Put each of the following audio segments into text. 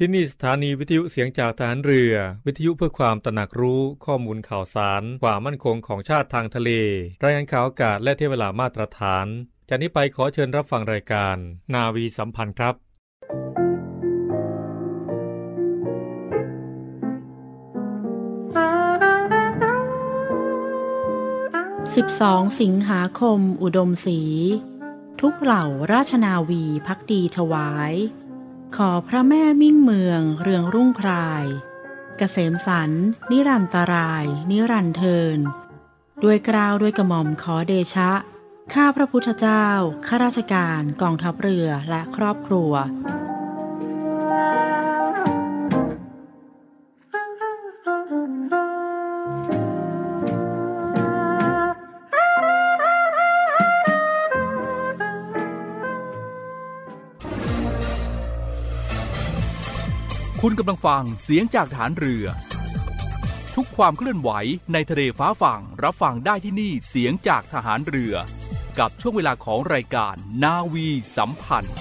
ที่นี่สถานีวิทยุเสียงจากทหารเรือวิทยุเพื่อความตระหนักรู้ข้อมูลข่าวสารความมั่นคงของชาติทางทะเลรายงานข่าวอากาศและเที่ยวเวลามาตรฐานจากนี้ไปขอเชิญรับฟังรายการนาวีสัมพันธ์ครับ 12 สิงหาคมอุดมศรีทุกเหล่าราชนาวีภักดีถวายขอพระแม่มิ่งเมืองเรืองรุ่งพรายเกษมสันต์นิรันตรายนิรันดร์เทินด้วยเกล้าด้วยกระหม่อมขอเดชะข้าพระพุทธเจ้าข้าราชการกองทัพเรือและครอบครัวคุณกำลังฟังเสียงจากฐานเรือทุกความเคลื่อนไหวในทะเลฟ้าฝั่งรับฟังได้ที่นี่เสียงจากทหารเรือกับช่วงเวลาของรายการนาวีสัมพันธ์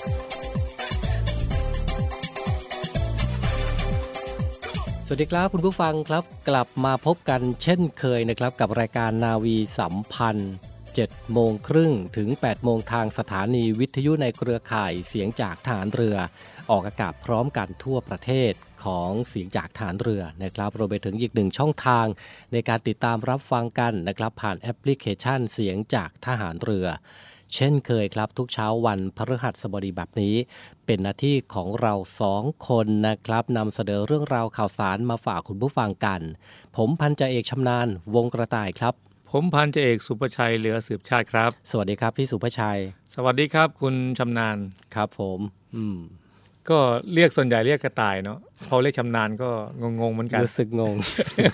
สวัสดีครับคุณผู้ฟังครับกลับมาพบกันเช่นเคยนะครับกับรายการนาวีสัมพันธ์7 โมงครึ่งถึง 8 โมงทางสถานีวิทยุในเครือข่ายเสียงจากทหารเรือออกอากาศพร้อมกันทั่วประเทศของเสียงจากทหารเรือนะครับรวมไปถึงอีกหนึ่งช่องทางในการติดตามรับฟังกันนะครับผ่านแอปพลิเคชันเสียงจากทหารเรือเช่นเคยครับทุกเช้าวันพฤหัสบดีแบบนี้เป็นหน้าที่ของเรา2 คนนะครับนำเสนอเรื่องราวข่าวสารมาฝากคุณผู้ฟังกันผมพันจ่าเอกชำนาญวงกระต่ายครับผมพันจ่าเอกสุภชัยเหลือสืบชาติครับสวัสดีครับพี่สุภชัยสวัสดีครับคุณชำนาญครับผมก็เรียกส่วนใหญ่เรียกกระต่ายเนาะพอเรียกชำนาญก็งงๆเหมือนกันรู้สึกงง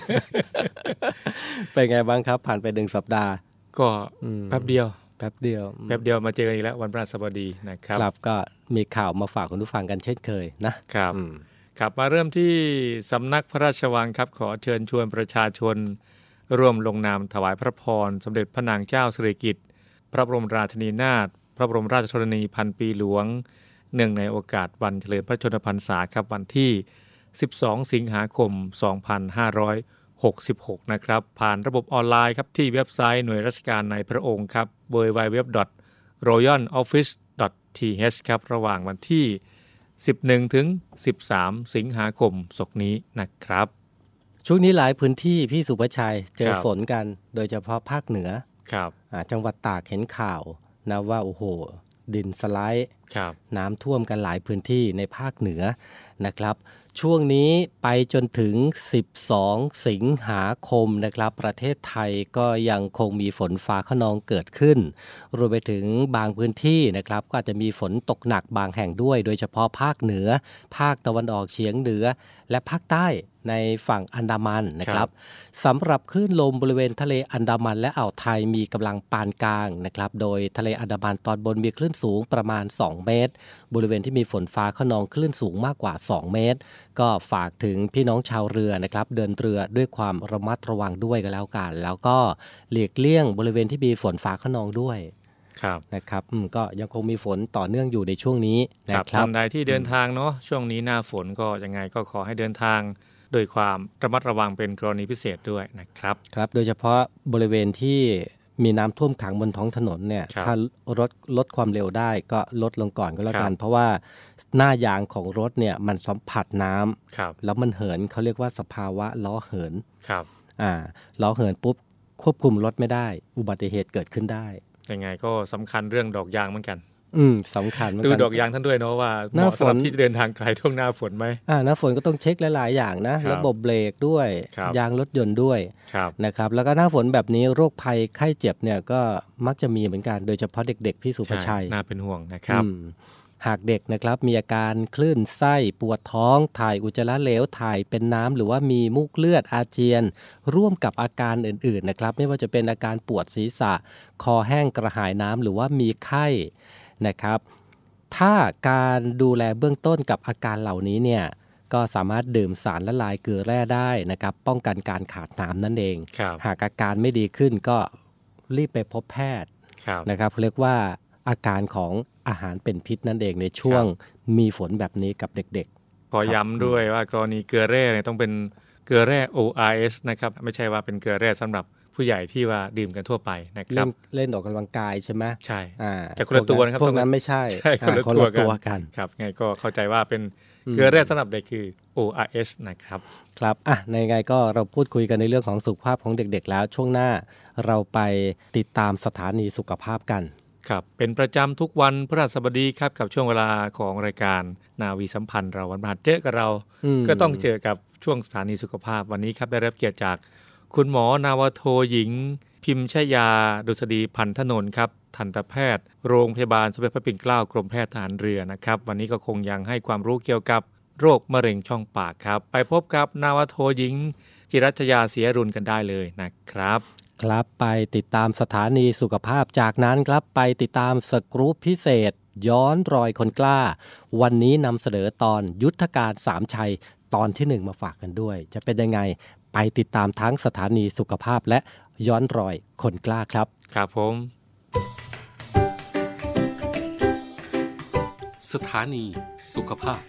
เป็นไงบ้างครับผ่านไป1 สัปดาห์ก็แป๊บเดียวมาเจอกันอีกแล้ววันพฤหัสบดีนะครับครับก็มีข่าวมาฝากคุณผู้ฟังกันเช่นเคยนะครับครับมาเริ่มที่สำนักพระราชวังครับขอเชิญชวนประชาชนร่วมลงนามถวายพระพรสมเด็จพระนางเจ้าสิริกิติ์พระบรมราชินีนาถพระบรมราชชนนีพันปีหลวงเนื่องในโอกาสวันเฉลิมพระชนมพรรษาครับวันที่12 สิงหาคม 2566นะครับผ่านระบบออนไลน์ครับที่เว็บไซต์หน่วยราชการในพระองค์ครับ www.royaloffice.th ครับระหว่างวันที่11ถึง13 สิงหาคมศกนี้นะครับช่วงนี้หลายพื้นที่พี่สุภชัยเจอฝนกันโดยเฉพาะภาคเหนือครับจังหวัดตากเห็นข่าวนะว่าโอ้โหดินสไลด์น้ำท่วมกันหลายพื้นที่ในภาคเหนือนะครับช่วงนี้ไปจนถึง12 สิงหาคมนะครับประเทศไทยก็ยังคงมีฝนฟ้าคะนองเกิดขึ้นรวมไปถึงบางพื้นที่นะครับก็อาจจะมีฝนตกหนักบางแห่งด้วยโดยเฉพาะภาคเหนือภาคตะวันออกเฉียงเหนือและภาคใต้ในฝั่งอันดามันนะครับสำหรับคลื่นลมบริเวณทะเลอันดามันและอ่าวไทยมีกำลังปานกลางนะครับโดยทะเลอันดามันตอนบนมีคลื่นสูงประมาณ2 เมตรบริเวณที่มีฝนฟ้าคะนองคลื่นสูงมากกว่า2 เมตรก็ฝากถึงพี่น้องชาวเรือนะครับเดินเรือด้วยความระมัดระวังด้วยกันแล้วกันแล้วก็หลีกเลี่ยงบริเวณที่มีฝนฟ้าคะนองด้วยนะครับก็ยังคงมีฝนต่อเนื่องอยู่ในช่วงนี้นะครับท่านใดที่เดินทางเนาะช่วงนี้หน้าฝนก็ยังไงก็ขอให้เดินทางโดยความระมัดระวังเป็นกรณีพิเศษด้วยนะครับครับโดยเฉพาะบริเวณที่มีน้ำท่วมขังบนท้องถนนเนี่ยถ้ารถลดความเร็วได้ก็ลดลงก่อนก็แล้วกันเพราะว่าหน้ายางของรถเนี่ยมันสัมผัสน้ำแล้วมันเหินเขาเรียกว่าสภาวะล้อเหินล้อเหินปุ๊บควบคุมรถไม่ได้อุบัติเหตุเกิดขึ้นได้ยังไงก็สำคัญเรื่องดอกยางเหมือนกันสำคัญดูดอกยางท่านด้วยเนาะว่าเหมาะสำหรับที่เดินทางไกลช่วงหน้าฝนไหมหน้าฝนก็ต้องเช็คหลายๆอย่างนะระบบเบรกด้วยยางรถยนต์ด้วยนะครับแล้วก็หน้าฝนแบบนี้โรคภัยไข้เจ็บเนี่ยก็มักจะมีเหมือนกันโดยเฉพาะเด็กๆพี่สุภชัยน่าเป็นห่วงนะครับหากเด็กนะครับมีอาการคลื่นไส้ปวดท้องถ่ายอุจจาระเหลวถ่ายเป็นน้ำหรือว่ามีมูกเลือดอาเจียนร่วมกับอาการอื่นๆนะครับไม่ว่าจะเป็นอาการปวดศีรษะคอแห้งกระหายน้ำหรือว่ามีไข้นะครับถ้าการดูแลเบื้องต้นกับอาการเหล่านี้เนี่ยก็สามารถดื่มสารละลายเกลือแร่ได้นะครับป้องกันการขาดน้ำนั่นเองหากอาการไม่ดีขึ้นก็รีบไปพบแพทย์นะครับเรียกว่าอาการของอาหารเป็นพิษนั่นเองในช่วงมีฝนแบบนี้กับเด็กขอย้ำด้วยว่ากรณีเกลือแร่เนี่ยต้องเป็นเกลือแร่ ORS นะครับไม่ใช่ว่าเป็นเกลือแร่สำหรับผู้ใหญ่ที่ว่าดื่มกันทั่วไปนะครับเล่นออกกำลังกายใช่ไหมใช่แต่คนละตัวนะครับพวกนั้นไม่ใช่คนละตัวกันครับไงก็เข้าใจว่าเป็นเกลือแร่สำหรับเด็กคือ ORS นะครับครับในไงก็เราพูดคุยกันในเรื่องของสุขภาพของเด็กๆแล้วช่วงหน้าเราไปติดตามสถานีสุขภาพกันครับเป็นประจำทุกวันพฤหัสบดีครับกับช่วงเวลาของรายการนาวีสัมพันธ์เราวันพฤหัสเจอกับเราก็ต้องเจอกับช่วงสถานีสุขภาพวันนี้ครับได้รับเกียรติจากคุณหมอนาวโทหญิงพิมชยาดุษฎีพันธนนท์ครับทันตแพทย์โรงพยาบาลสมเด็จพระปิ่นเกล้ากรมแพทย์ทหารเรือนะครับวันนี้ก็คงยังให้ความรู้เกี่ยวกับโรคมะเร็งช่องปากครับไปพบกับนาวโทหญิงจิรัชยาเสียรุนกันได้เลยนะครับครับไปติดตามสถานีสุขภาพจากนั้นครับไปติดตามสกู๊ปพิเศษย้อนรอยคนกล้าวันนี้นำเสนอตอนยุทธการสามชัยตอนที่1มาฝากกันด้วยจะเป็นยังไงไปติดตามทั้งสถานีสุขภาพและย้อนรอยคนกล้าครับครับผมสถานีสุขภาพ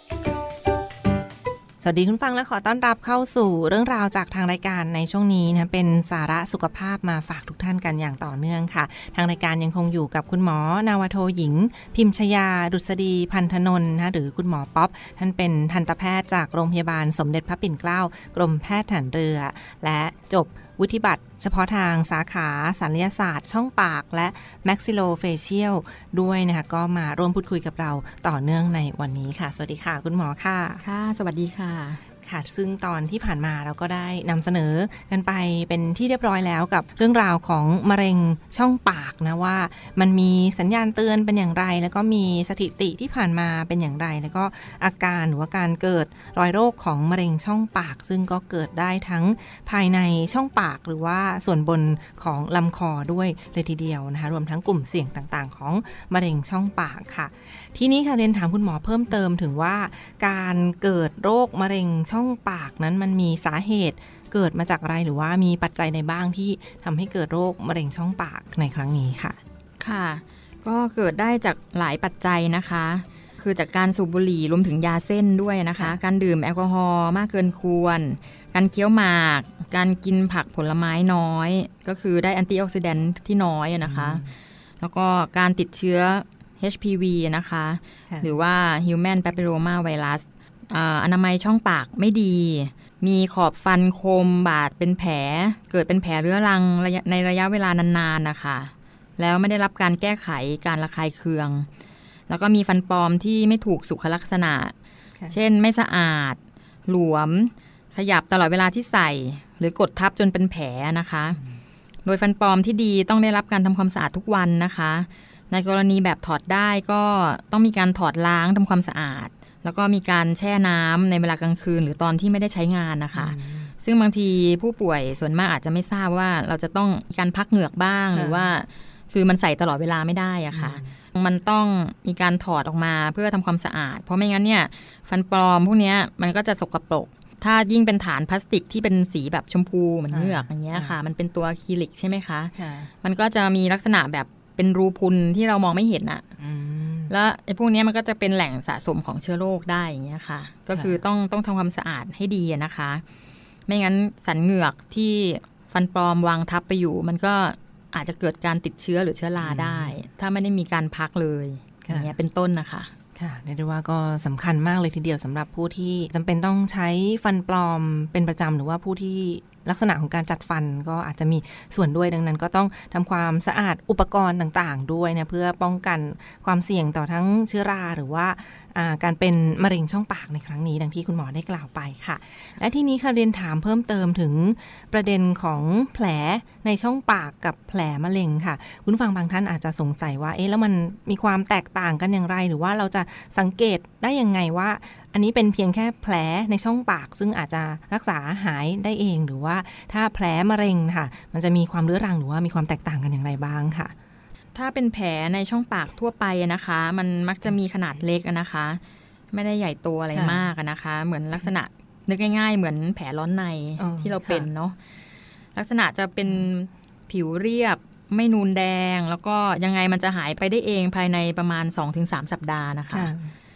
สวัสดีคุณฟังและขอต้อนรับเข้าสู่เรื่องราวจากทางรายการในช่วงนี้นะเป็นสาระสุขภาพมาฝากทุกท่านกันอย่างต่อเนื่องค่ะทางรายการยังคงอยู่กับคุณหมอนาวโทหญิงพิมชยาดุษฎีพันธนนท์นะหรือคุณหมอป๊อปท่านเป็นทันตแพทย์จากโรงพยาบาลสมเด็จพระปิ่นเกล้ากรมแพทย์ทหารเรือและจบวุฒิบัตรเฉพาะทางสาขาศัลยศาสตร์ช่องปากและ maxillofacial ด้วยนะคะก็มาร่วมพูดคุยกับเราต่อเนื่องในวันนี้ค่ะสวัสดีค่ะคุณหมอค่ะค่ะสวัสดีค่ะค่ะซึ่งตอนที่ผ่านมาเราก็ได้นำเสนอกันไปเป็นที่เรียบร้อยแล้วกับเรื่องราวของมะเร็งช่องปากนะว่ามันมีสัญญาณเตือนเป็นอย่างไรแล้วก็มีสถิติที่ผ่านมาเป็นอย่างไรแล้วก็อาการหรือว่าการเกิดรอยโรคของมะเร็งช่องปากซึ่งก็เกิดได้ทั้งภายในช่องปากหรือว่าส่วนบนของลำคอด้วยเลยทีเดียวนะคะรวมทั้งกลุ่มเสี่ยงต่างๆของมะเร็งช่องปากค่ะทีนี้ค่ะเรียนถามคุณหมอเพิ่มเติมถึงว่าการเกิดโรคมะเร็งช่องปากนั้นมันมีสาเหตุเกิดมาจากอะไรหรือว่ามีปัจจัยใดบ้างที่ทำให้เกิดโรคมะเร็งช่องปากในครั้งนี้ค่ะค่ะก็เกิดได้จากหลายปัจจัยนะคะคือจากการสูบบุหรี่รวมถึงยาเส้นด้วยนะคะการดื่มแอลกอฮอล์มากเกินควรการเคี้ยวหมากการกินผักผลไม้น้อยก็คือได้แอนตี้ออกซิแดนต์ที่น้อยนะคะแล้วก็การติดเชื้อ HPV นะคะหรือว่า Human Papilloma Virus อนามัยช่องปากไม่ดีมีขอบฟันคมบาดเป็นแผลเกิดเป็นแผลเรื้อรังในระยะเวลานานๆนะคะแล้วไม่ได้รับการแก้ไขการระคายเคืองแล้วก็มีฟันปลอมที่ไม่ถูกสุขลักษณะเช่นไม่สะอาดหลวมขยับตลอดเวลาที่ใส่หรือกดทับจนเป็นแผลนะคะโดยฟันปลอมที่ดีต้องได้รับการทำความสะอาดทุกวันนะคะในกรณีแบบถอดได้ก็ต้องมีการถอดล้างทำความสะอาดแล้วก็มีการแช่น้ำในเวลากลางคืนหรือตอนที่ไม่ได้ใช้งานนะคะซึ่งบางทีผู้ป่วยส่วนมากอาจจะไม่ทราบว่าเราจะต้องมีการพักเหงือกบ้างหรือว่าคือมันใส่ตลอดเวลาไม่ได้อะค่ะมันต้องมีการถอดออกมาเพื่อทำความสะอาดเพราะไม่งั้นเนี่ยฟันปลอมพวกนี้มันก็จะสกปรกถ้ายิ่งเป็นฐานพลาสติกที่เป็นสีแบบชมพูเหมือนเหงือกอย่างเงี้ยค่ะมันเป็นตัวอะคริลิกใช่ไหมคะมันก็จะมีลักษณะแบบเป็นรูพุนที่เรามองไม่เห็นอะแล้วไอ้พวกนี้มันก็จะเป็นแหล่งสะสมของเชื้อโรคได้อย่างเงี้ยค่ะก็คือต้องทำความสะอาดให้ดีนะคะไม่งั้นสันเหงือกที่ฟันปลอมวางทับไปอยู่มันก็อาจจะเกิดการติดเชื้อหรือเชื้อราได้ถ้าไม่ได้มีการพักเลยอย่างเงี้ยเป็นต้นนะคะค่ะเรียกได้ว่าก็สำคัญมากเลยทีเดียวสำหรับผู้ที่จำเป็นต้องใช้ฟันปลอมเป็นประจำหรือว่าผู้ที่ลักษณะของการจัดฟันก็อาจจะมีส่วนด้วยดังนั้นก็ต้องทำความสะอาดอุปกรณ์ต่างๆด้วยนะเพื่อป้องกันความเสี่ยงต่อทั้งเชื้อราหรือว่าการเป็นมะเร็งช่องปากในครั้งนี้ดังที่คุณหมอได้กล่าวไปค่ะและที่นี้ค่ะเรียนถามเพิ่มเติมถึงประเด็นของแผลในช่องปากกับแผลมะเร็งค่ะคุณฟังบางท่านอาจจะสงสัยว่าแล้วมันมีความแตกต่างกันอย่างไรหรือว่าเราจะสังเกตได้ยังไงว่าอันนี้เป็นเพียงแค่แผลในช่องปากซึ่งอาจจะรักษาหายได้เองหรือว่าถ้าแผลมะเร็งค่ะมันจะมีความเรื้อรังหรือว่ามีความแตกต่างกันอย่างไรบ้างค่ะถ้าเป็นแผลในช่องปากทั่วไปนะคะมันมักจะมีขนาดเล็กนะคะไม่ได้ใหญ่โตอะไรมากนะคะเหมือนลักษณะนึกง่ายๆเหมือนแผลร้อนในที่เราเป็นเนาะลักษณะจะเป็นผิวเรียบไม่นูนแดงแล้วก็ยังไงมันจะหายไปได้เองภายในประมาณ 2-3 สัปดาห์นะคะ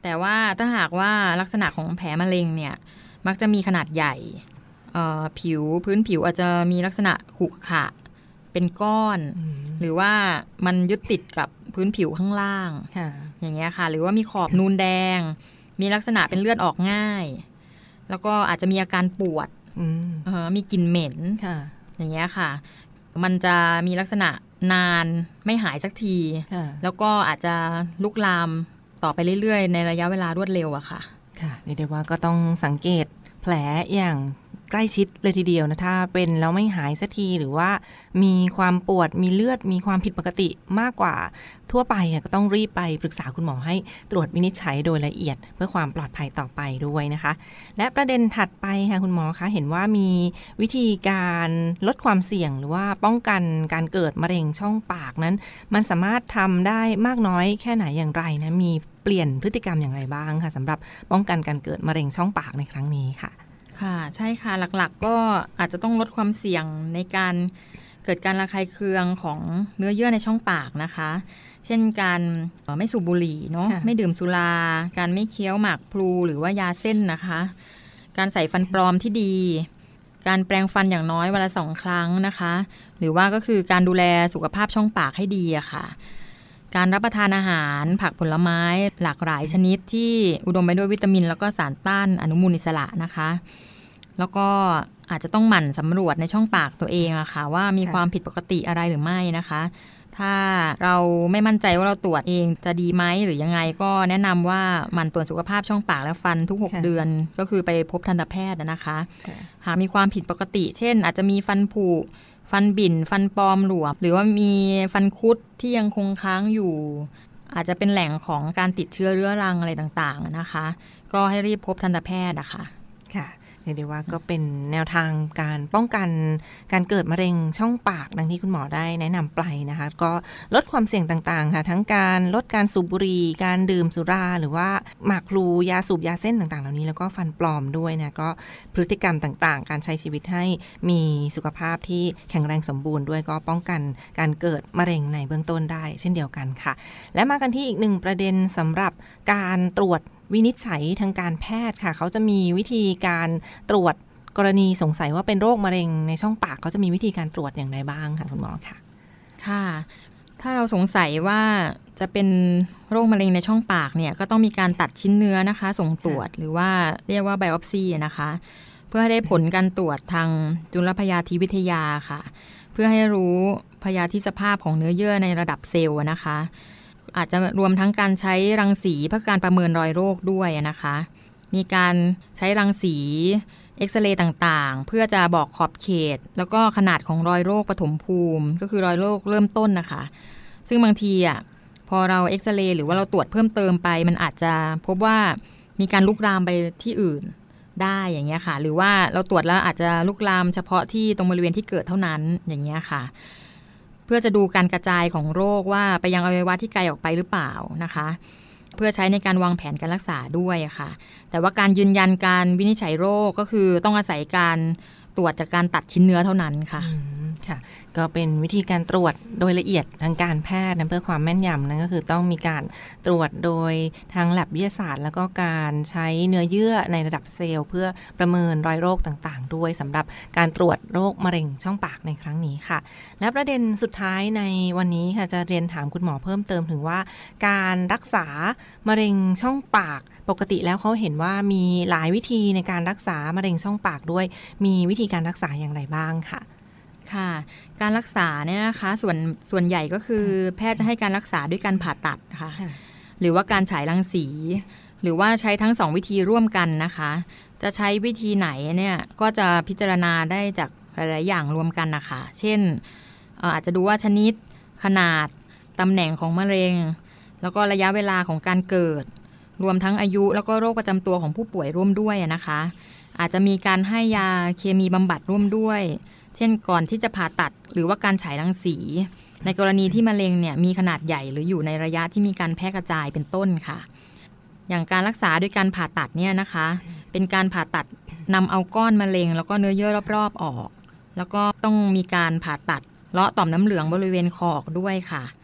แต่ว่าถ้าหากว่าลักษณะของแผลมะเร็งเนี่ยมักจะมีขนาดใหญ่พื้นผิวอาจจะมีลักษณะขรุขระเป็นก้อนหรือว่ามันยึดติดกับพื้นผิวข้างล่างอย่างเงี้ยค่ะหรือว่ามีขอบนูนแดงมีลักษณะเป็นเลือดออกง่ายแล้วก็อาจจะมีอาการปวดมีกลิ่นเหม็นอย่างเงี้ยค่ะมันจะมีลักษณะนานไม่หายสักทีแล้วก็อาจจะลุกลามต่อไปเรื่อยๆในระยะเวลารวดเร็วอะค่ะค่ะเรียกได้ว่าก็ต้องสังเกตแผลอย่างใกล้ชิดเลยทีเดียวนะถ้าเป็นแล้วไม่หายสักทีหรือว่ามีความปวดมีเลือดมีความผิดปกติมากกว่าทั่วไปก็ต้องรีบไปปรึกษาคุณหมอให้ตรวจวินิจฉัยโดยละเอียดเพื่อความปลอดภัยต่อไปด้วยนะคะและประเด็นถัดไปค่ะคุณหมอคะเห็นว่ามีวิธีการลดความเสี่ยงหรือว่าป้องกันการเกิดมะเร็งช่องปากนั้นมันสามารถทำได้มากน้อยแค่ไหนอย่างไรนะมีเปลี่ยนพฤติกรรมอย่างไรบ้างค่ะสำหรับป้องกันการเกิดมะเร็งช่องปากในครั้งนี้ค่ะค่ะใช่ค่ะหลักๆก็อาจจะต้องลดความเสี่ยงในการเกิดการระคายเคืองของเนื้อเยื่อในช่องปากนะคะเช่นการไม่สูบบุหรี่เนาะไม่ดื่มสุราการไม่เคี้ยวหมากพลูหรือว่ายาเส้นนะคะการใส่ฟันปลอมที่ดีการแปรงฟันอย่างน้อยวันละ2 ครั้งนะคะหรือว่าก็คือการดูแลสุขภาพช่องปากให้ดีอะค่ะการรับประทานอาหารผักผลไม้หลากหลายชนิดที่อุดมไปด้วยวิตามินแล้วก็สารต้านอนุมูลอิสระนะคะแล้วก็อาจจะต้องหมั่นสำรวจในช่องปากตัวเองอะค่ะว่ามีความผิดปกติอะไรหรือไม่นะคะถ้าเราไม่มั่นใจว่าเราตรวจเองจะดีไหมหรือยังไงก็แนะนำว่าหมั่นตรวจสุขภาพช่องปากและฟันทุก6 เดือนก็คือไปพบทันตแพทย์นะคะหากมีความผิดปกติเช่นอาจจะมีฟันผุฟันบิ่นฟันปลอมหลวมหรือว่ามีฟันคุดที่ยังคงค้างอยู่อาจจะเป็นแหล่งของการติดเชื้อเรื้อรังอะไรต่างๆนะคะก็ให้รีบพบทันตแพทย์นะคะค่ะเรียกได้ว่าก็เป็นแนวทางการป้องกันการเกิดมะเร็งช่องปากดังที่คุณหมอได้แนะนำไปนะคะก็ลดความเสี่ยงต่างๆค่ะทั้งการลดการสูบบุหรี่การดื่มสุราหรือว่าหมากพลูยาสูบยาเส้นต่างๆเหล่านี้แล้วก็ฟันปลอมด้วยนะก็พฤติกรรมต่างๆการใช้ชีวิตให้มีสุขภาพที่แข็งแรงสมบูรณ์ด้วยก็ป้องกันการเกิดมะเร็งในเบื้องต้นได้เช่นเดียวกันค่ะและมากันที่อีก1ประเด็นสำหรับการตรวจวินิจฉัยทางการแพทย์ค่ะเขาจะมีวิธีการตรวจกรณีสงสัยว่าเป็นโรคมะเร็งในช่องปากเขาจะมีวิธีการตรวจอย่างไรบ้างค่ะคุณหมอค่ะค่ะถ้าเราสงสัยว่าจะเป็นโรคมะเร็งในช่องปากเนี่ยก็ต้องมีการตัดชิ้นเนื้อนะคะส่งตรวจหรือว่าเรียกว่าไบออปซีนะคะเพื่อให้ได้ผลการตรวจทางจุลพยาธิวิทยาค่ะเพื่อให้รู้พยาธิสภาพของเนื้อเยื่อในระดับเซลล์นะคะอาจจะรวมทั้งการใช้รังสีเพื่อการประเมินรอยโรคด้วยนะคะมีการใช้รังสีเอ็กซเรย์ต่างๆเพื่อจะบอกขอบเขตแล้วก็ขนาดของรอยโรคปฐมภูมิก็คือรอยโรคเริ่มต้นนะคะซึ่งบางทีพอเราเอ็กซเรย์หรือว่าเราตรวจเพิ่มเติมไปมันอาจจะพบว่ามีการลุกลามไปที่อื่นได้อย่างเงี้ยค่ะหรือว่าเราตรวจแล้วอาจจะลุกลามเฉพาะที่ตรงบริเวณที่เกิดเท่านั้นอย่างเงี้ยค่ะเพื่อจะดูการกระจายของโรคว่าไปยังอวัยวะที่ไกลออกไปหรือเปล่านะคะเพื่อใช้ในการวางแผนการรักษาด้วยค่ะแต่ว่าการยืนยันการวินิจฉัยโรคก็คือต้องอาศัยการตรวจจากการตัดชิ้นเนื้อเท่านั้นค่ะค่ะก็เป็นวิธีการตรวจโดยละเอียดทางการแพทย์นะเพื่อความแม่นยำนั่นก็คือต้องมีการตรวจโดยทางแลบวิทยาศาสตร์แล้วก็การใช้เนื้อเยื่อในระดับเซลล์เพื่อประเมินรอยโรคต่างๆด้วยสำหรับการตรวจโรคมะเร็งช่องปากในครั้งนี้ค่ะและประเด็นสุดท้ายในวันนี้ค่ะจะเรียนถามคุณหมอเพิ่มเติมถึงว่าการรักษามะเร็งช่องปากปกติแล้วเขาเห็นว่ามีหลายวิธีในการรักษามะเร็งช่องปากด้วยมีวิธีการรักษาอย่างไรบ้างค่ะค่ะการรักษาเนี่ยนะคะส่วนใหญ่ก็คือแพทย์จะให้การรักษาด้วยการผ่าตัดค่ะหรือว่าการฉายรังสีหรือว่าใช้ทั้ง2วิธีร่วมกันนะคะจะใช้วิธีไหนเนี่ยก็จะพิจารณาได้จากหลายๆอย่างรวมกันนะคะเช่นอาจจะดูว่าชนิดขนาดตำแหน่งของมะเร็งแล้วก็ระยะเวลาของการเกิดรวมทั้งอายุแล้วก็โรคประจำตัวของผู้ป่วยร่วมด้วยนะคะอาจจะมีการให้ยาเคมีบำบัดร่วมด้วยเช่นก่อนที่จะผ่าตัดหรือว่าการฉายรังสีในกรณีที่มะเร็งเนี่ยมีขนาดใหญ่หรืออยู่ในระยะที่มีการแพร่กระจายเป็นต้นค่ะอย่างการรักษาด้วยการผ่าตัดเนี่ยนะคะเป็นการผ่าตัดนำเอาก้อนมะเร็งแล้วก็เนื้อเยื่อรอบๆออกแล้วก็ต้องมีการผ่าตัดเลาะต่อมน้ำเหลืองบริเวณคอออกด้วยค่ะ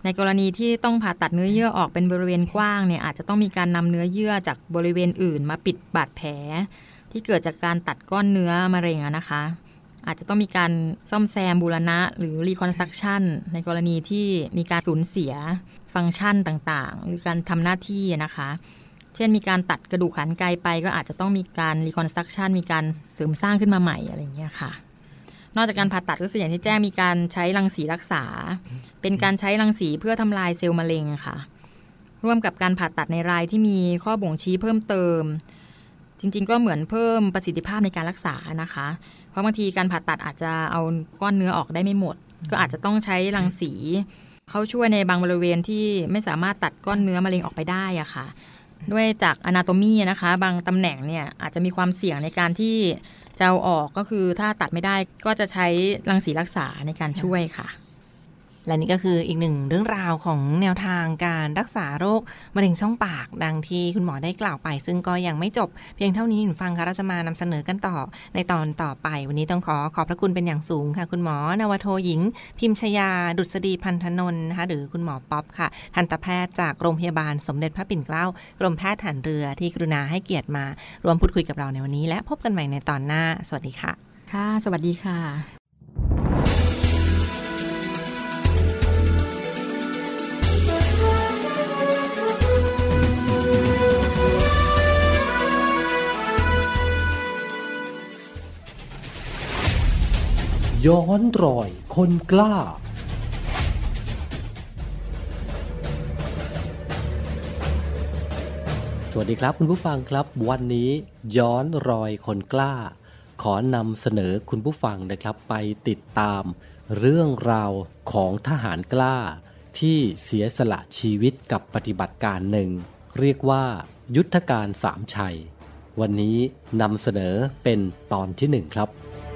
ในกรณีที่ต้องผ่าตัดเนื้อเยื่อออกเป็นบริเวณกว้างเนี่ยอาจจะต้องมีการนำเนื้อเยื่อจากบริเวณอื่นมาปิดบาดแผลที่เกิดจากการตัดก้อนเนื้อมะเร็งนะคะอาจจะต้องมีการซ่อมแซมบูรณะหรือ reconstruction ในกรณีที่มีการสูญเสียฟังก์ชันต่างๆหรือการทำหน้าที่นะคะเช่นมีการตัดกระดูกขานไกลไปก็อาจจะต้องมีการ reconstruction มีการเสริมสร้างขึ้นมาใหม่อะไรอย่างเงี้ยค่ะนอกจากการผ่าตัดก็คืออย่างที่แจ้งมีการใช้รังสีรักษาเป็นการใช้รังสีเพื่อทำลายเซลล์มะเร็งค่ะร่วมกับการผ่าตัดในรายที่มีข้อบ่งชี้เพิ่มเติมจริงๆก็เหมือนเพิ่มประสิทธิภาพในการรักษานะคะเพราะบางทีการผ่าตัดอาจจะเอาก้อนเนื้อออกได้ไม่หมดก็อาจจะต้องใช้รังสีเขาช่วยในบางบริเวณที่ไม่สามารถตัดก้อนเนื้อมะเร็งออกไปได้อะค่ะด้วยจากอนาโตมีนะคะบางตำแหน่งเนี่ยอาจจะมีความเสี่ยงในการที่จะเอาออกก็คือถ้าตัดไม่ได้ก็จะใช้รังสีรักษาในการช่วยค่ะและนี่ก็คืออีกหนึ่งเรื่องราวของแนวทางการรักษาโรคมะเร็งช่องปากดังที่คุณหมอได้กล่าวไปซึ่งก็ยังไม่จบเพียงเท่านี้ฟังค่ะเราจะมานำเสนอกันต่อในตอนต่อไปวันนี้ต้องขอบพระคุณเป็นอย่างสูงค่ะคุณหมอนวโทหญิงพิมชยาดุษฎีพันธนนท์นะคะหรือคุณหมอป๊อปค่ะทันตแพทย์จากโรงพยาบาลสมเด็จพระปิ่นเกล้ากรมแพทย์ทหารเรือที่กรุณาให้เกียรติมารวมพูดคุยกับเราในวันนี้และพบกันใหม่ในตอนหน้าสวัสดีค่ะค่ะสวัสดีค่ะย้อนรอยคนกล้าสวัสดีครับคุณผู้ฟังครับวันนี้ย้อนรอยคนกล้าขอนำเสนอคุณผู้ฟังนะครับไปติดตามเรื่องราวของทหารกล้าที่เสียสละชีวิตกับปฏิบัติการหนึ่งเรียกว่ายุทธการสามชัยวันนี้นำเสนอเป็นตอนที่1ครับ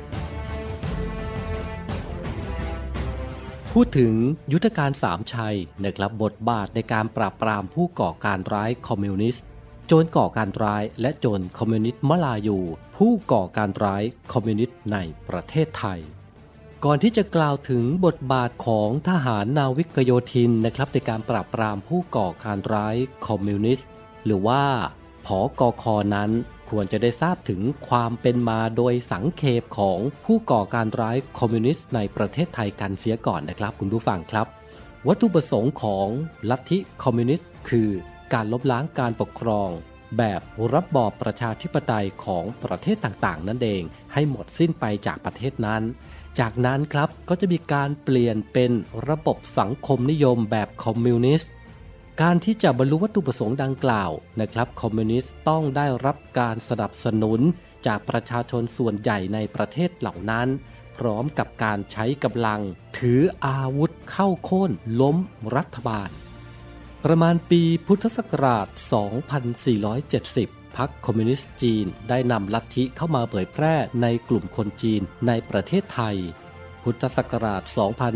พูดถึงยุทธการสามชัยนะครับบทบาทในการปราบปรามผู้ก่อการร้ายคอมมิวนิสต์โจรก่อการร้ายและโจรคอมมิวนิสต์มลายูผู้ก่อการร้ายคอมมิวนิสต์ในประเทศไทยก่อนที่จะกล่าวถึงบทบาทของทหารนาวิกโยธินนะครับในการปราบปรามผู้ก่อการร้ายคอมมิวนิสต์หรือว่าผกค.นั้นควรจะได้ทราบถึงความเป็นมาโดยสังเขปของผู้ก่อการร้ายคอมมิวนิสต์ในประเทศไทยกันเสียก่อนนะครับคุณผู้ฟังครับวัตถุประสงค์ของลัทธิคอมมิวนิสต์คือการล้มล้างการปกครองแบบระบอบประชาธิปไตยของประเทศต่างๆนั่นเองให้หมดสิ้นไปจากประเทศนั้นจากนั้นครับก็จะมีการเปลี่ยนเป็นระบบสังคมนิยมแบบคอมมิวนิสต์การที่จะบรรลุวัตถุประสงค์ดังกล่าวนะครับคอมมิวนิสต์ต้องได้รับการสนับสนุนจากประชาชนส่วนใหญ่ในประเทศเหล่านั้นพร้อมกับการใช้กำลังถืออาวุธเข้าโค่นล้มรัฐบาลประมาณปีพุทธศักราช 2470 พรรคคอมมิวนิสต์จีนได้นำลัทธิเข้ามาเผยแพร่ในกลุ่มคนจีนในประเทศไทยพุทธศักราช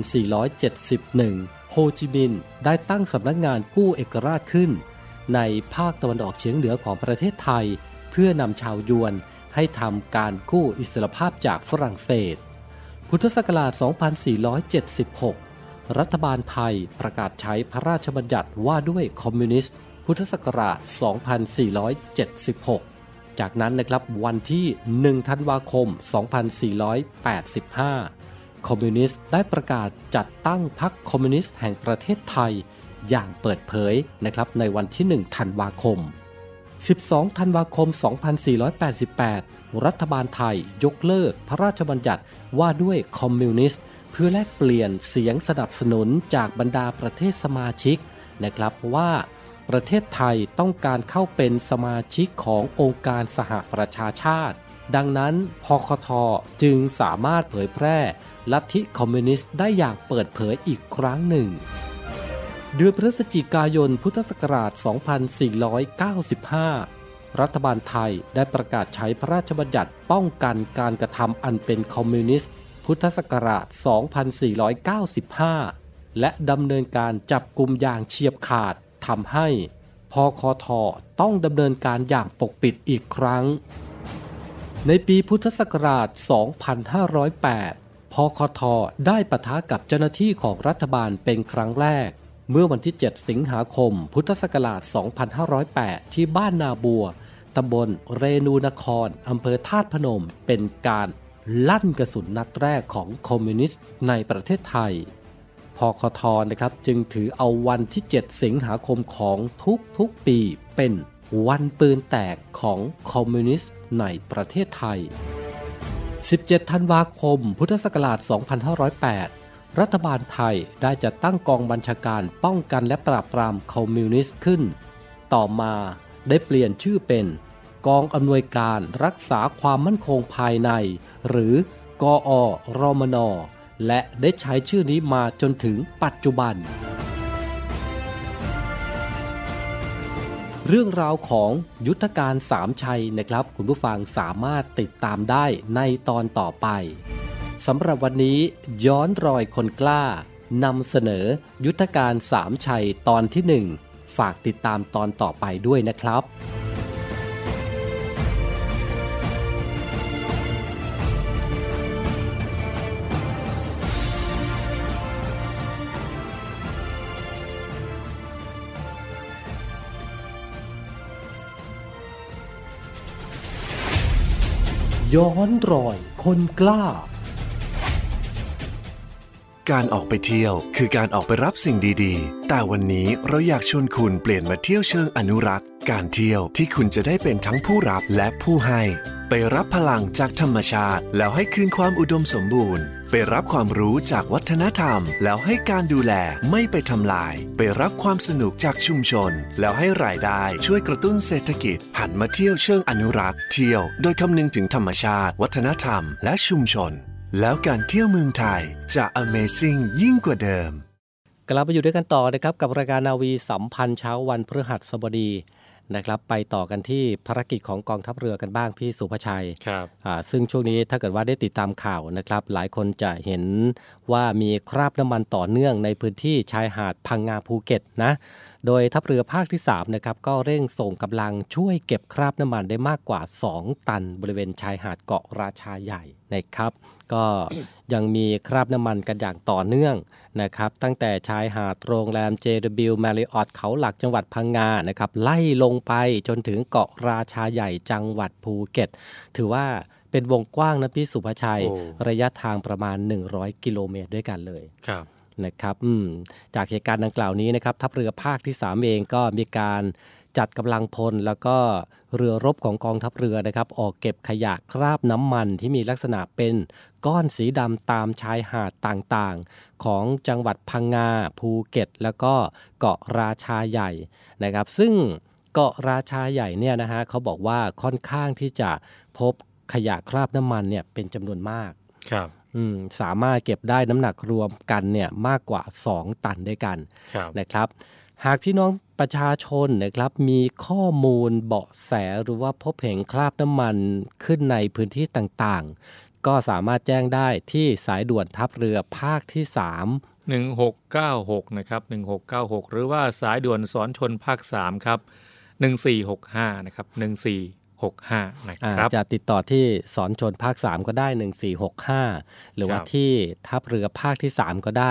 2471 โฮจิมินห์ได้ตั้งสำนักงานกู้เอกราชขึ้นในภาคตะวันออกเฉียงเหนือของประเทศไทยเพื่อนำชาวยวนให้ทำการกู้อิสรภาพจากฝรั่งเศสพุทธศักราช 2476 รัฐบาลไทยประกาศใช้พระราชบัญญัติว่าด้วยคอมมิวนิสต์พุทธศักราช 2476 จากนั้นนะครับวันที่ 1 ธันวาคม 2485 คอมมิวนิสต์ได้ประกาศจัดตั้งพรรคคอมมิวนิสต์แห่งประเทศไทยอย่างเปิดเผยนะครับในวันที่ 1 ธันวาคม 12 ธันวาคม 2488 รัฐบาลไทยยกเลิกพระราชบัญญัติว่าด้วยคอมมิวนิสต์เพื่อแลกเปลี่ยนเสียงสนับสนุนจากบรรดาประเทศสมาชิกนะครับว่าประเทศไทยต้องการเข้าเป็นสมาชิกขององค์การสหประชาชาติดังนั้นพคท.จึงสามารถเผยแพร่ลัทธิคอมมิวนิสต์ได้อย่างเปิดเผยอีกครั้งหนึ่งเดือนพฤศจิกายนพุทธศักราช 2495 รัฐบาลไทยได้ประกาศใช้พระราชบัญญัติป้องกันการกระทำอันเป็นคอมมิวนิสต์พุทธศักราช 2495 และดำเนินการจับกุมอย่างเฉียบขาดทำให้พคท.ต้องดำเนินการอย่างปกปิดอีกครั้งในปีพุทธศักราช 2508 พคท.ได้ปะทะกับเจ้าหน้าที่ของรัฐบาลเป็นครั้งแรกเมื่อวันที่ 7 สิงหาคม พุทธศักราช 2508 ที่บ้านนาบัว ตำบลเรนูนคร อำเภอธาตุพนม เป็นการลั่นกระสุนนัดแรกของคอมมิวนิสต์ในประเทศไทย พคท.นะครับจึงถือเอาวันที่ 7 สิงหาคมของทุกปีเป็นวันปืนแตกของคอมมิวนิสต์ในประเทศไทย 17 ธันวาคม พุทธศักราช 2508 รัฐบาลไทยได้จัดตั้งกองบัญชาการป้องกันและปราบปรามคอมมิวนิสต์ขึ้น ต่อมาได้เปลี่ยนชื่อเป็นกองอำนวยการรักษาความมั่นคงภายในหรือกอรมน.และได้ใช้ชื่อนี้มาจนถึงปัจจุบัน เรื่องราวของยุทธการสามชัยนะครับคุณผู้ฟังสามารถติดตามได้ในตอนต่อไปสำหรับวันนี้ย้อนรอยคนกล้านำเสนอยุทธการสามชัยตอนที่1ฝากติดตามตอนต่อไปด้วยนะครับ ย้อนรอยคนกล้าการออกไปเที่ยวคือการออกไปรับสิ่งดีๆแต่วันนี้เราอยากชวนคุณเปลี่ยนมาเที่ยวเชิงอนุรักษ์การเที่ยวที่คุณจะได้เป็นทั้งผู้รับและผู้ให้ไปรับพลังจากธรรมชาติแล้วให้คืนความอุดมสมบูรณ์ไปรับความรู้จากวัฒนธรรมแล้วให้การดูแลไม่ไปทำลายไปรับความสนุกจากชุมชนแล้วให้รายได้ช่วยกระตุ้นเศรษฐกิจหันมาเที่ยวเชิงอนุรักษ์เที่ยวโดยคำนึงถึงธรรมชาติวัฒนธรรมและชุมชนแล้วการเที่ยวเมืองไทยจะ Amazing ยิ่งกว่าเดิมกลับมาอยู่ด้วยกันต่อนะครับกับรายการนาวีสัมพันธ์เช้าวันพฤหัสบดีนะครับไปต่อกันที่ภารกิจของกองทัพเรือกันบ้างพี่สุภชัยครับซึ่งช่วงนี้ถ้าเกิดว่าได้ติดตามข่าวนะครับหลายคนจะเห็นว่ามีคราบน้ำมันต่อเนื่องในพื้นที่ชายหาดพังงาภูเก็ตนะโดยทัพเรือภาคที่3นะครับก็เร่งส่งกำลังช่วยเก็บคราบน้ำมันได้มากกว่า2ตันบริเวณชายหาดเกาะราชาใหญ่นะครับก็ยังมีคราบน้ำมันกันอย่างต่อเนื่องนะครับตั้งแต่ชายหาดโรงแรม JW Marriott เขาหลักจังหวัดพังงานะครับไล่ลงไปจนถึงเกาะราชาใหญ่จังหวัดภูเก็ตถือว่าเป็นวงกว้างนะพี่สุภชัยระยะทางประมาณ100กิโลเมตรด้วยกันเลยครับนะครับจากเหตุการณ์ดังกล่าวนี้นะครับทัพเรือภาคที่3เองก็มีการจัดกำลังพลแล้วก็เรือรบของกองทัพเรือนะครับออกเก็บขยะคราบน้ำมันที่มีลักษณะเป็นก้อนสีดำตามชายหาดต่างๆของจังหวัดพังงาภูเก็ตแล้วก็เกาะราชาใหญ่นะครับซึ่งเกาะราชาใหญ่เนี่ยนะฮะเขาบอกว่าค่อนข้างที่จะพบขยะคราบน้ำมันเนี่ยเป็นจำนวนมากครับสามารถเก็บได้น้ำหนักรวมกันเนี่ยมากกว่า2ตันด้วยกันนะครับหากพี่น้องประชาชนนะครับมีข้อมูลเบาะแสหรือว่าพบเห็นคราบน้ำมันขึ้นในพื้นที่ต่างๆก็สามารถแจ้งได้ที่สายด่วนทัพเรือภาคที่3 1696นะครับ1696หรือว่าสายด่วนสอนชนภาค3ครับ1465นะครับ1465นะครับจะติดต่อที่สอนชนภาค3ก็ได้1465หรือว่าที่ทัพเรือภาคที่3ก็ได้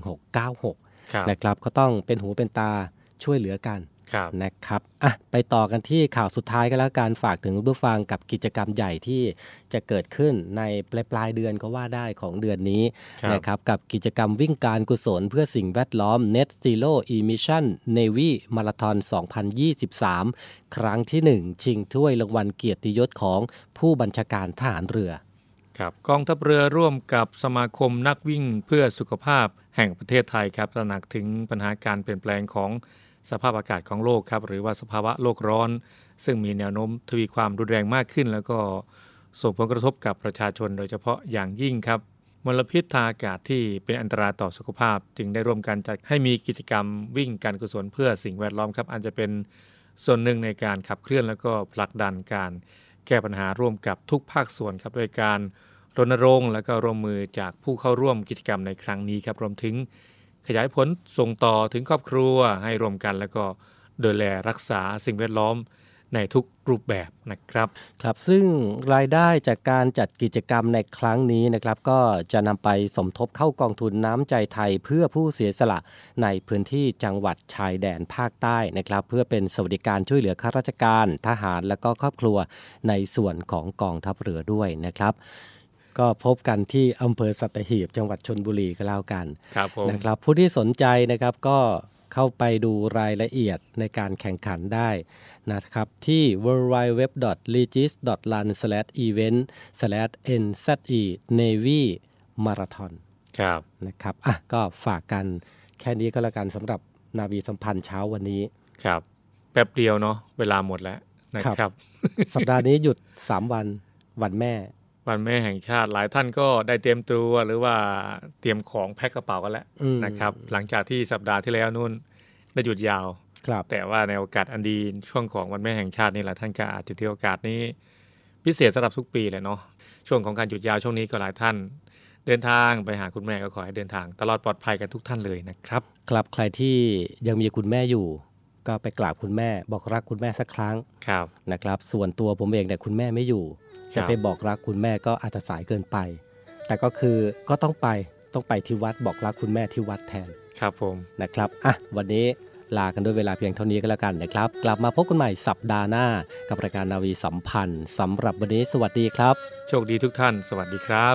1696นะครับก็ต้องเป็นหูเป็นตาช่วยเหลือกันนะครับไปต่อกันที่ข่าวสุดท้ายก็แล้วการฝากถึงผู้ฟังกับกิจกรรมใหญ่ที่จะเกิดขึ้นในปลายเดือนก็ว่าได้ของเดือนนี้นะครับกับกิจกรรมวิ่งการกุศลเพื่อสิ่งแวดล้อม Net Zero Emission Navy Marathon 2023 ครั้งที่1ชิงถ้วยรางวัลเกียรติยศของผู้บัญชาการทหารเรือครับกองทัพเรือร่วมกับสมาคมนักวิ่งเพื่อสุขภาพแห่งประเทศไทยครับตระหนักถึงปัญหาการเปลี่ยนแปลงของสภาพอากาศของโลกครับหรือว่าสภาวะโลกร้อนซึ่งมีแนวโน้มทวีความรุนแรงมากขึ้นแล้วก็ส่งผลกระทบกับประชาชนโดยเฉพาะอย่างยิ่งครับมลพิษทางอากาศที่เป็นอันตรายต่อสุขภาพจึงได้ร่วมกันจัดให้มีกิจกรรมวิ่งการกุศลเพื่อสิ่งแวดล้อมครับอาจจะเป็นส่วนหนึ่งในการขับเคลื่อนแล้วก็ผลักดันการแก้ปัญหาร่วมกับทุกภาคส่วนครับโดยการรณรงค์และก็ร่วมมือจากผู้เข้าร่วมกิจกรรมในครั้งนี้ครับรวมถึงขยายผลส่งต่อถึงครอบครัวให้ร่วมกันแล้วก็ดูแลรักษาสิ่งแวดล้อมในทุกรูปแบบนะครับครับซึ่งรายได้จากการจัดกิจกรรมในครั้งนี้นะครับก็จะนำไปสมทบเข้ากองทุนน้ำใจไทยเพื่อผู้เสียสละในพื้นที่จังหวัดชายแดนภาคใต้นะครับเพื่อเป็นสวัสดิการช่วยเหลือข้าราชการทหารและก็ครอบครัวในส่วนของกองทัพเรือด้วยนะครับก็พบกันที่อำเภอสัตหีบจังหวัดชลบุรีก็แล้วกันนะครับผู้ที่สนใจนะครับก็เข้าไปดูรายละเอียดในการแข่งขันได้นะครับที่ www.regis.run/event/nze Navy Marathon นะครับก็ฝากกันแค่นี้ก็แล้วกันสำหรับนาวีสัมพันธ์เช้าวันนี้ครับแป๊บเดียวเนาะเวลาหมดแล้วนะครับสัปดาห์นี้หยุด3วันวันแม่แห่งชาติหลายท่านก็ได้เตรียมตัวหรือว่าเตรียมของแพ็คกระเป๋ากันแล้วนะครับหลังจากที่สัปดาห์ที่แล้วนู่นได้หยุดยาวแต่ว่าในโอกาสอันดีช่วงของวันแม่แห่งชาตินี่หลายท่านก็อาจจะถือโอกาสนี้พิเศษสำหรับทุกปีเลยเนาะช่วงของการหยุดยาวช่วงนี้ก็หลายท่านเดินทางไปหาคุณแม่ก็ขอให้เดินทางตลอดปลอดภัยกันทุกท่านเลยนะครับครับใครที่ยังมีคุณแม่อยู่ก็ไปกราบคุณแม่บอกรักคุณแม่สักครั้งนะครับส่วนตัวผมเองเนี่ยคุณแม่ไม่อยู่จะไปบอกรักคุณแม่ก็อาจจะสายเกินไปแต่ก็คือก็ต้องไปที่วัดบอกรักคุณแม่ที่วัดแทนครับผมนะครับวันนี้ลากันด้วยเวลาเพียงเท่านี้ก็แล้วกันนะครับกลับมาพบกันใหม่สัปดาห์หน้ากับรายการนาวีสัมพันธ์สำหรับวันนี้สวัสดีครับโชคดีทุกท่านสวัสดีครับ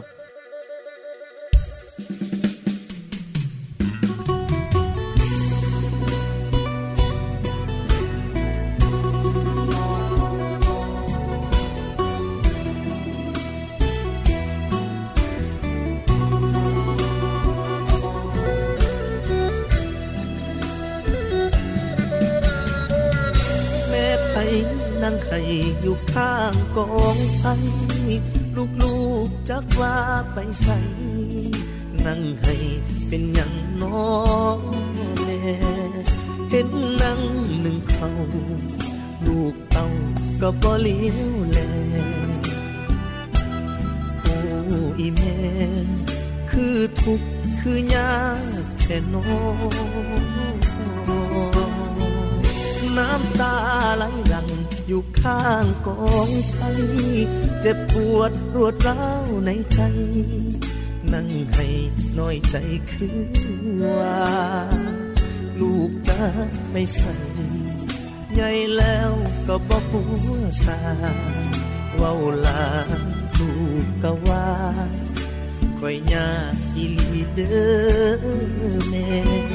นั่งให้อยู่ข้างกองไฟลูกๆจักว่าไปใส่นั่งให้เป็นอย่างน้องแม่เห็นนั่งหนึ่งเขาลูกเต้าก็บ่เลี้ยวแลโอ้อีแม่คือทุกข์คือยากแท้น้องน้ำตาไหลหลั่งอยู่ข้างกองไฟเจ็บปวดรวดร้าวในใจนั่งให้น้อยใจคือว่าลูกจะไม่ใส่ใหญ่แล้วก็บ่หัวซาเว้าลาลูกก็ว่าค่อยยากอีหลีเด้อแม่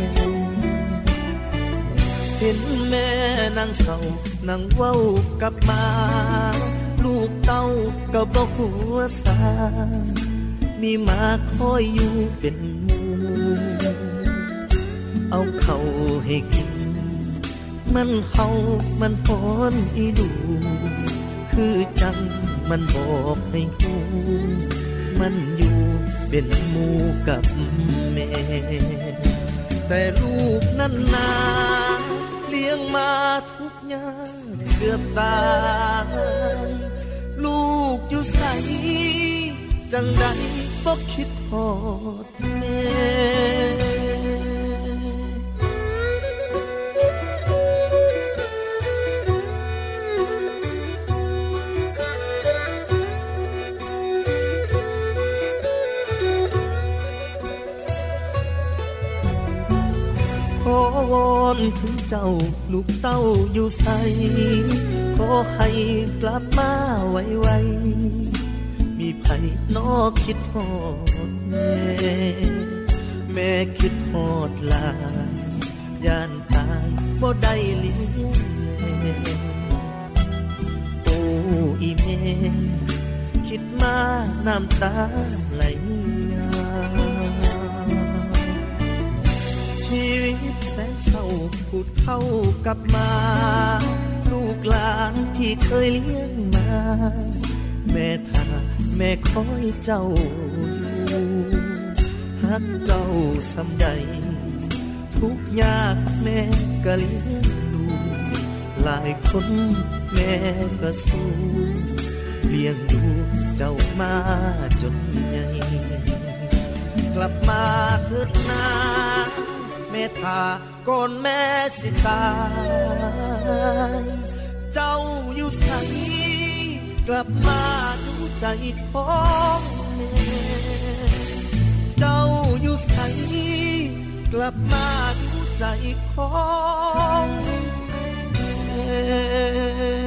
เห็นแม่นั่งเศร้านั่งเว้ากับมาลูกเต้าก็บ่หัวซามีมาคอยอยู่เป็นหมู่เอาเข้าให้กินมันเฮามันพรอีดูคือจังมันบอกให้ฮู้มันอยู่เป็นหมู่กับแม่แต่ลูกนั้นนาเลี้ยงมาทุกอย่างเกือบตายลูกอยู่ใสจังใดบ่คิดฮอดแม่ขอวอนถึงเจ้าลูกเต้าอยู่ใสขอให้กลับมาไวๆมีไผน้อคิดฮอดแม่คิดฮอดหลายย่านตายบ่ได้เลี้ยงแม่โอ้อีแม่คิดมาน้ำตาไหลชีวิตแสนเศร้าพูดเท่ากับมาลูกหลานที่เคยเลี้ยงมาแม่ท่าแม่คอยเจ้าอยู่ฮักเจ้าสำใดทุกยากแม่ก็เลี้ยงดูหลายคนแม่ก็สู้เลี้ยงดูเจ้ามาจนใหญ่กลับมาเถิดนาแม่ท่าก่อนแม่สิตายเจ้าใสกลับมาดูใจของแม่เจ้าอยู่ใสกลับมาดูใจของแม่